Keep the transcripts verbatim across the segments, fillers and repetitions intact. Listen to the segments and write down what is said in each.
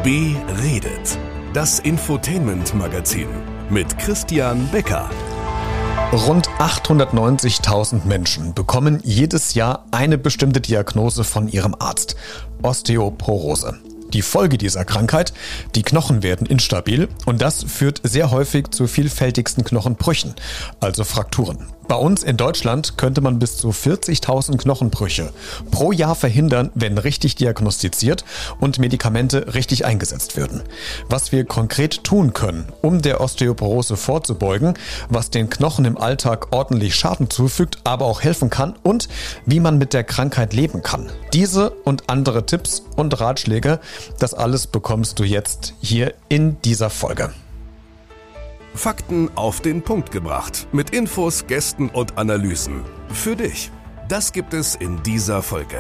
Beredet. Das Infotainment-Magazin mit Christian Becker. Rund achthundertneunzigtausend Menschen bekommen jedes Jahr eine bestimmte Diagnose von ihrem Arzt: Osteoporose. Die Folge dieser Krankheit: die Knochen werden instabil und das führt sehr häufig zu vielfältigsten Knochenbrüchen, also Frakturen. Bei uns in Deutschland könnte man bis zu vierzigtausend Knochenbrüche pro Jahr verhindern, wenn richtig diagnostiziert und Medikamente richtig eingesetzt würden. Was wir konkret tun können, um der Osteoporose vorzubeugen, was den Knochen im Alltag ordentlich Schaden zufügt, aber auch helfen kann, und wie man mit der Krankheit leben kann. Diese und andere Tipps und Ratschläge, das alles bekommst du jetzt hier in dieser Folge. Fakten auf den Punkt gebracht. Mit Infos, Gästen und Analysen. Für dich. Das gibt es in dieser Folge.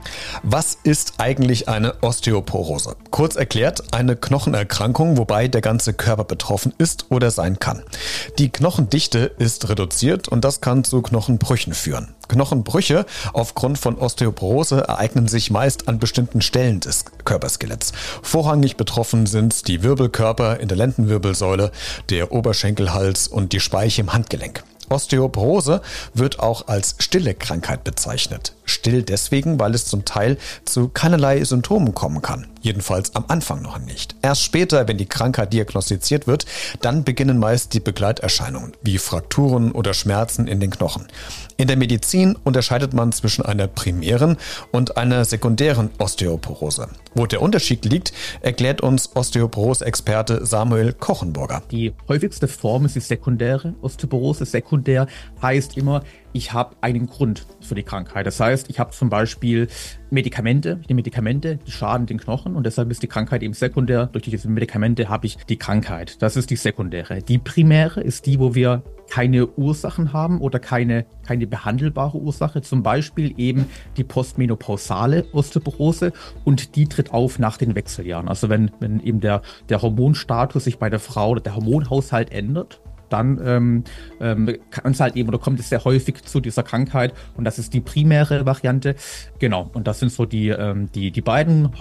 Was ist eigentlich eine Osteoporose? Kurz erklärt, eine Knochenerkrankung, wobei der ganze Körper betroffen ist oder sein kann. Die Knochendichte ist reduziert und das kann zu Knochenbrüchen führen. Knochenbrüche aufgrund von Osteoporose ereignen sich meist an bestimmten Stellen des Körperskeletts. Vorrangig betroffen sind die Wirbelkörper in der Lendenwirbelsäule, der Oberschenkelhals und die Speiche im Handgelenk. Osteoporose wird auch als stille Krankheit bezeichnet. Still deswegen, weil es zum Teil zu keinerlei Symptomen kommen kann. Jedenfalls am Anfang noch nicht. Erst später, wenn die Krankheit diagnostiziert wird, dann beginnen meist die Begleiterscheinungen, wie Frakturen oder Schmerzen in den Knochen. In der Medizin unterscheidet man zwischen einer primären und einer sekundären Osteoporose. Wo der Unterschied liegt, erklärt uns Osteoporose-Experte Samuel Kochenburger. Die häufigste Form ist die sekundäre Osteoporose. Sekundär heißt immer, ich habe einen Grund für die Krankheit. Das heißt, ich habe zum Beispiel Medikamente, die Medikamente, die schaden den Knochen und deshalb ist die Krankheit eben sekundär. Durch diese Medikamente habe ich die Krankheit. Das ist die sekundäre. Die primäre ist die, wo wir keine Ursachen haben oder keine, keine behandelbare Ursache. Zum Beispiel eben die postmenopausale Osteoporose, und die tritt auf nach den Wechseljahren. Also wenn, wenn eben der, der Hormonstatus sich bei der Frau oder der Hormonhaushalt ändert, dann ähm, ähm, kann es halt eben oder kommt es sehr häufig zu dieser Krankheit, und das ist die primäre Variante. Genau, und das sind so die, ähm, die, die beiden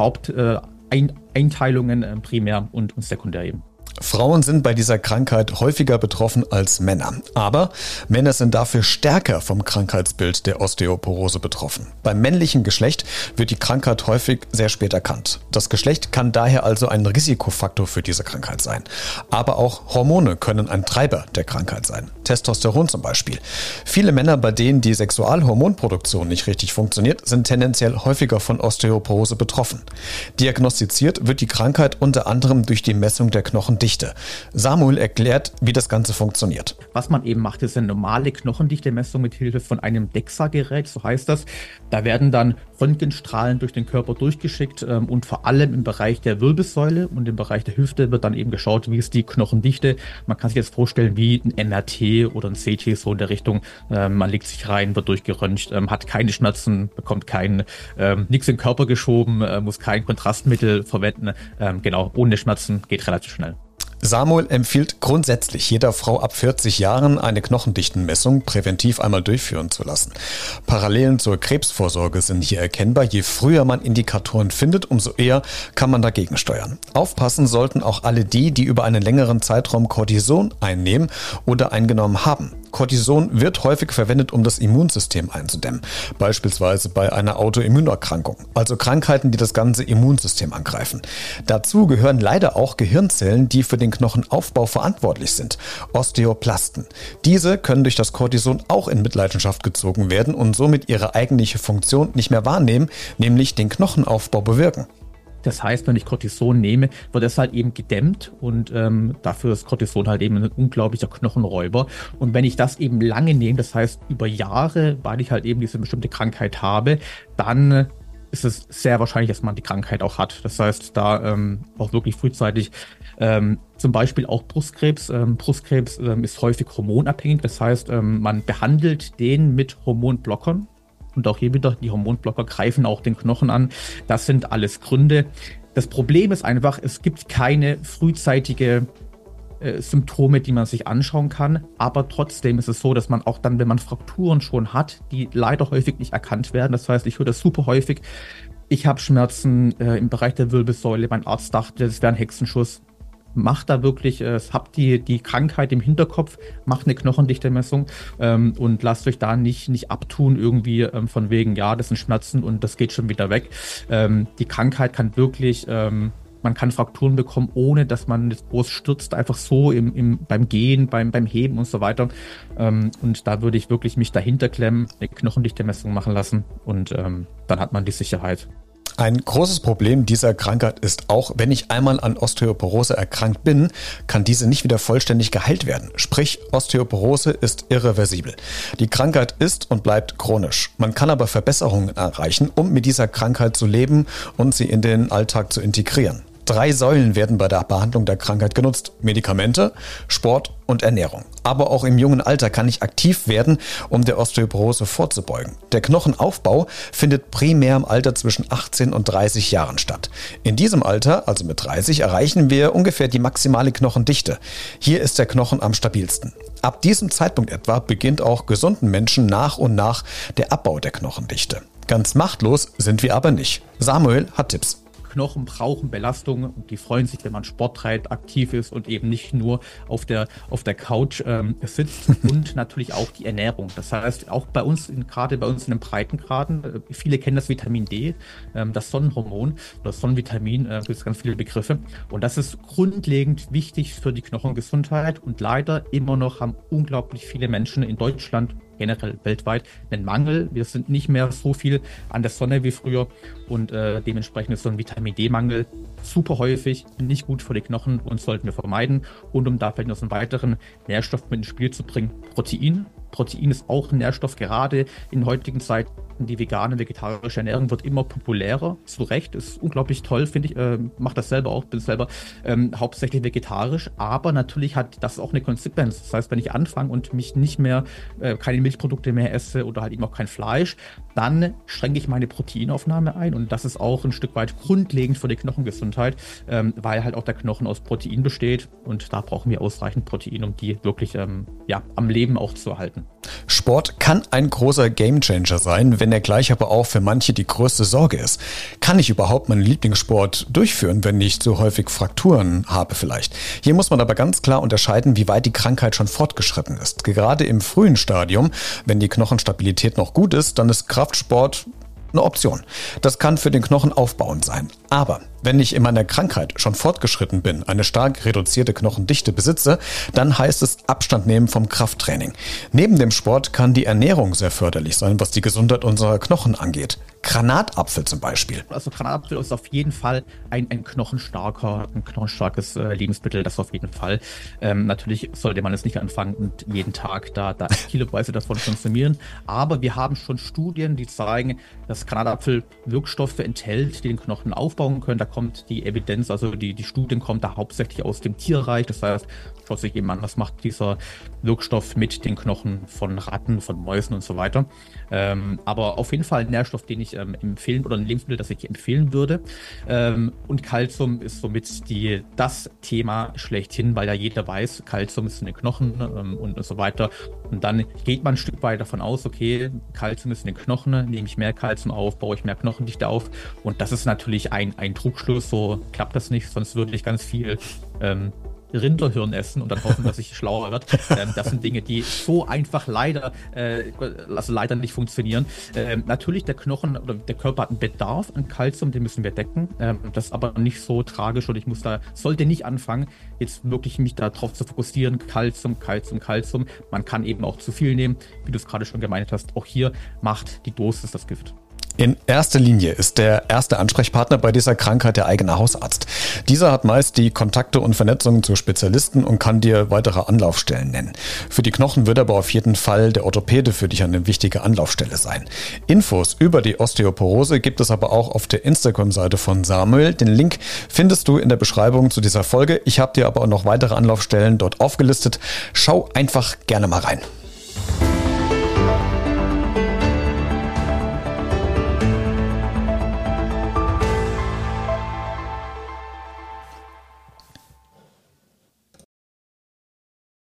Haupteinteilungen, äh, äh, primär und, und sekundär eben. Frauen sind bei dieser Krankheit häufiger betroffen als Männer. Aber Männer sind dafür stärker vom Krankheitsbild der Osteoporose betroffen. Beim männlichen Geschlecht wird die Krankheit häufig sehr spät erkannt. Das Geschlecht kann daher also ein Risikofaktor für diese Krankheit sein. Aber auch Hormone können ein Treiber der Krankheit sein. Testosteron zum Beispiel. Viele Männer, bei denen die Sexualhormonproduktion nicht richtig funktioniert, sind tendenziell häufiger von Osteoporose betroffen. Diagnostiziert wird die Krankheit unter anderem durch die Messung der Knochendichte. Samuel erklärt, wie das Ganze funktioniert. Was man eben macht, ist eine normale Knochendichte-Messung mit Hilfe von einem DEXA-Gerät, so heißt das. Da werden dann Röntgenstrahlen durch den Körper durchgeschickt ähm, und vor allem im Bereich der Wirbelsäule und im Bereich der Hüfte wird dann eben geschaut, wie ist die Knochendichte. Man kann sich jetzt vorstellen wie ein M R T oder ein C T, so in der Richtung. Ähm, man legt sich rein, wird durchgeröntgt, ähm, hat keine Schmerzen, bekommt kein, ähm, nichts in den Körper geschoben, äh, muss kein Kontrastmittel verwenden. Ähm, genau, ohne Schmerzen, geht relativ schnell. Samuel empfiehlt grundsätzlich jeder Frau ab vierzig Jahren eine Knochendichtenmessung präventiv einmal durchführen zu lassen. Parallelen zur Krebsvorsorge sind hier erkennbar. Je früher man Indikatoren findet, umso eher kann man dagegen steuern. Aufpassen sollten auch alle die, die über einen längeren Zeitraum Cortison einnehmen oder eingenommen haben. Cortison wird häufig verwendet, um das Immunsystem einzudämmen, beispielsweise bei einer Autoimmunerkrankung, also Krankheiten, die das ganze Immunsystem angreifen. Dazu gehören leider auch Gehirnzellen, die für den Knochenaufbau verantwortlich sind, Osteoplasten. Diese können durch das Cortison auch in Mitleidenschaft gezogen werden und somit ihre eigentliche Funktion nicht mehr wahrnehmen, nämlich den Knochenaufbau bewirken. Das heißt, wenn ich Cortison nehme, wird es halt eben gedämmt und ähm, dafür ist Cortison halt eben ein unglaublicher Knochenräuber. Und wenn ich das eben lange nehme, das heißt über Jahre, weil ich halt eben diese bestimmte Krankheit habe, dann ist es sehr wahrscheinlich, dass man die Krankheit auch hat. Das heißt, da ähm, auch wirklich frühzeitig ähm, zum Beispiel auch Brustkrebs. Ähm, Brustkrebs ähm, ist häufig hormonabhängig. Das heißt, ähm, man behandelt den mit Hormonblockern. Und auch hier wieder, die Hormonblocker greifen auch den Knochen an. Das sind alles Gründe. Das Problem ist einfach, es gibt keine frühzeitige äh, Symptome, die man sich anschauen kann. Aber trotzdem ist es so, dass man auch dann, wenn man Frakturen schon hat, die leider häufig nicht erkannt werden. Das heißt, ich höre das super häufig. ich habe Schmerzen äh, im Bereich der Wirbelsäule, mein Arzt dachte, das wäre ein Hexenschuss. Macht da wirklich, äh, habt die, die Krankheit im Hinterkopf, macht eine Knochendichte-Messung ähm, und lasst euch da nicht, nicht abtun irgendwie ähm, von wegen, ja, das sind Schmerzen und das geht schon wieder weg. Ähm, die Krankheit kann wirklich... Ähm, Man kann Frakturen bekommen, ohne dass man jetzt groß stürzt, einfach so im, im, beim Gehen, beim, beim Heben und so weiter. Ähm, und da würde ich wirklich mich dahinter klemmen, eine Knochendichte-Messung machen lassen und ähm, dann hat man die Sicherheit. Ein großes Problem dieser Krankheit ist auch, wenn ich einmal an Osteoporose erkrankt bin, kann diese nicht wieder vollständig geheilt werden. Sprich, Osteoporose ist irreversibel. Die Krankheit ist und bleibt chronisch. Man kann aber Verbesserungen erreichen, um mit dieser Krankheit zu leben und sie in den Alltag zu integrieren. Drei Säulen werden bei der Behandlung der Krankheit genutzt: Medikamente, Sport und Ernährung. Aber auch im jungen Alter kann ich aktiv werden, um der Osteoporose vorzubeugen. Der Knochenaufbau findet primär im Alter zwischen achtzehn und dreißig Jahren statt. In diesem Alter, also mit dreißig, erreichen wir ungefähr die maximale Knochendichte. Hier ist der Knochen am stabilsten. Ab diesem Zeitpunkt etwa beginnt auch gesunden Menschen nach und nach der Abbau der Knochendichte. Ganz machtlos sind wir aber nicht. Samuel hat Tipps. Knochen brauchen Belastung und die freuen sich, wenn man Sport treibt, aktiv ist und eben nicht nur auf der, auf der Couch ähm, sitzt. Und natürlich auch die Ernährung. Das heißt, auch bei uns, in, gerade bei uns in den Breitengraden, äh, viele kennen das Vitamin D, ähm, das Sonnenhormon, das Sonnenvitamin, äh, gibt es ganz viele Begriffe. Und das ist grundlegend wichtig für die Knochengesundheit. Und leider immer noch haben unglaublich viele Menschen in Deutschland, generell weltweit, einen Mangel. Wir sind nicht mehr so viel an der Sonne wie früher und äh, dementsprechend ist so ein Vitamin D-Mangel super häufig, nicht gut für die Knochen und sollten wir vermeiden. Und um da vielleicht noch so einen weiteren Nährstoff mit ins Spiel zu bringen, Protein. Protein ist auch ein Nährstoff, gerade in heutigen Zeiten. Die vegane, vegetarische Ernährung wird immer populärer, zu Recht, ist unglaublich toll, finde ich, äh, mache das selber auch, bin selber ähm, hauptsächlich vegetarisch, aber natürlich hat das auch eine Konsequenz. Das heißt, wenn ich anfange und mich nicht mehr, äh, keine Milchprodukte mehr esse oder halt eben auch kein Fleisch, dann schränke ich meine Proteinaufnahme ein und das ist auch ein Stück weit grundlegend für die Knochengesundheit, ähm, weil halt auch der Knochen aus Protein besteht und da brauchen wir ausreichend Protein, um die wirklich ähm, ja, am Leben auch zu erhalten. Sport kann ein großer Gamechanger sein, wenn er gleich aber auch für manche die größte Sorge ist. Kann ich überhaupt meinen Lieblingssport durchführen, wenn ich so häufig Frakturen habe vielleicht? Hier muss man aber ganz klar unterscheiden, wie weit die Krankheit schon fortgeschritten ist. Gerade im frühen Stadium, wenn die Knochenstabilität noch gut ist, dann ist Kraftsport eine Option. Das kann für den Knochen aufbauend sein. Aber wenn ich in meiner Krankheit schon fortgeschritten bin, eine stark reduzierte Knochendichte besitze, dann heißt es Abstand nehmen vom Krafttraining. Neben dem Sport kann die Ernährung sehr förderlich sein, was die Gesundheit unserer Knochen angeht. Granatapfel zum Beispiel. Also Granatapfel ist auf jeden Fall ein, ein knochenstarker, ein knochenstarkes äh, Lebensmittel, das auf jeden Fall. Ähm, natürlich sollte man es nicht anfangen und jeden Tag da, da kiloweise davon konsumieren. Aber wir haben schon Studien, die zeigen, dass Granatapfel Wirkstoffe enthält, die den Knochen aufbauen können. Da kommt die Evidenz, also die, die Studien kommen da hauptsächlich aus dem Tierreich. Das heißt, schaut sich eben an, was macht dieser Wirkstoff mit den Knochen von Ratten, von Mäusen und so weiter. Ähm, aber auf jeden Fall ein Nährstoff, den ich ähm, empfehlen oder ein Lebensmittel, das ich empfehlen würde. Ähm, und Calcium ist somit die, das Thema schlechthin, weil ja jeder weiß, Calcium ist in den Knochen ähm, und, und so weiter. Und dann geht man ein Stück weit davon aus, okay, Calcium ist in den Knochen, nehme ich mehr Calcium auf, baue ich mehr Knochendichte auf. Und das ist natürlich ein, ein Trugschluss, so klappt das nicht, sonst würde ich ganz viel ähm, Rinderhirn essen und dann hoffen, dass ich schlauer wird. Ähm, das sind Dinge, die so einfach leider, äh, also leider nicht funktionieren. Ähm, natürlich, der Knochen oder der Körper hat einen Bedarf an Kalzium, den müssen wir decken. Ähm, das ist aber nicht so tragisch und ich muss da, sollte nicht anfangen, jetzt wirklich mich darauf zu fokussieren. Kalzium, Kalzium, Kalzium. Man kann eben auch zu viel nehmen, wie du es gerade schon gemeint hast. Auch hier macht die Dosis das Gift. In erster Linie ist der erste Ansprechpartner bei dieser Krankheit der eigene Hausarzt. Dieser hat meist die Kontakte und Vernetzungen zu Spezialisten und kann dir weitere Anlaufstellen nennen. Für die Knochen wird aber auf jeden Fall der Orthopäde für dich eine wichtige Anlaufstelle sein. Infos über die Osteoporose gibt es aber auch auf der Instagram-Seite von Samuel. Den Link findest du in der Beschreibung zu dieser Folge. Ich habe dir aber auch noch weitere Anlaufstellen dort aufgelistet. Schau einfach gerne mal rein.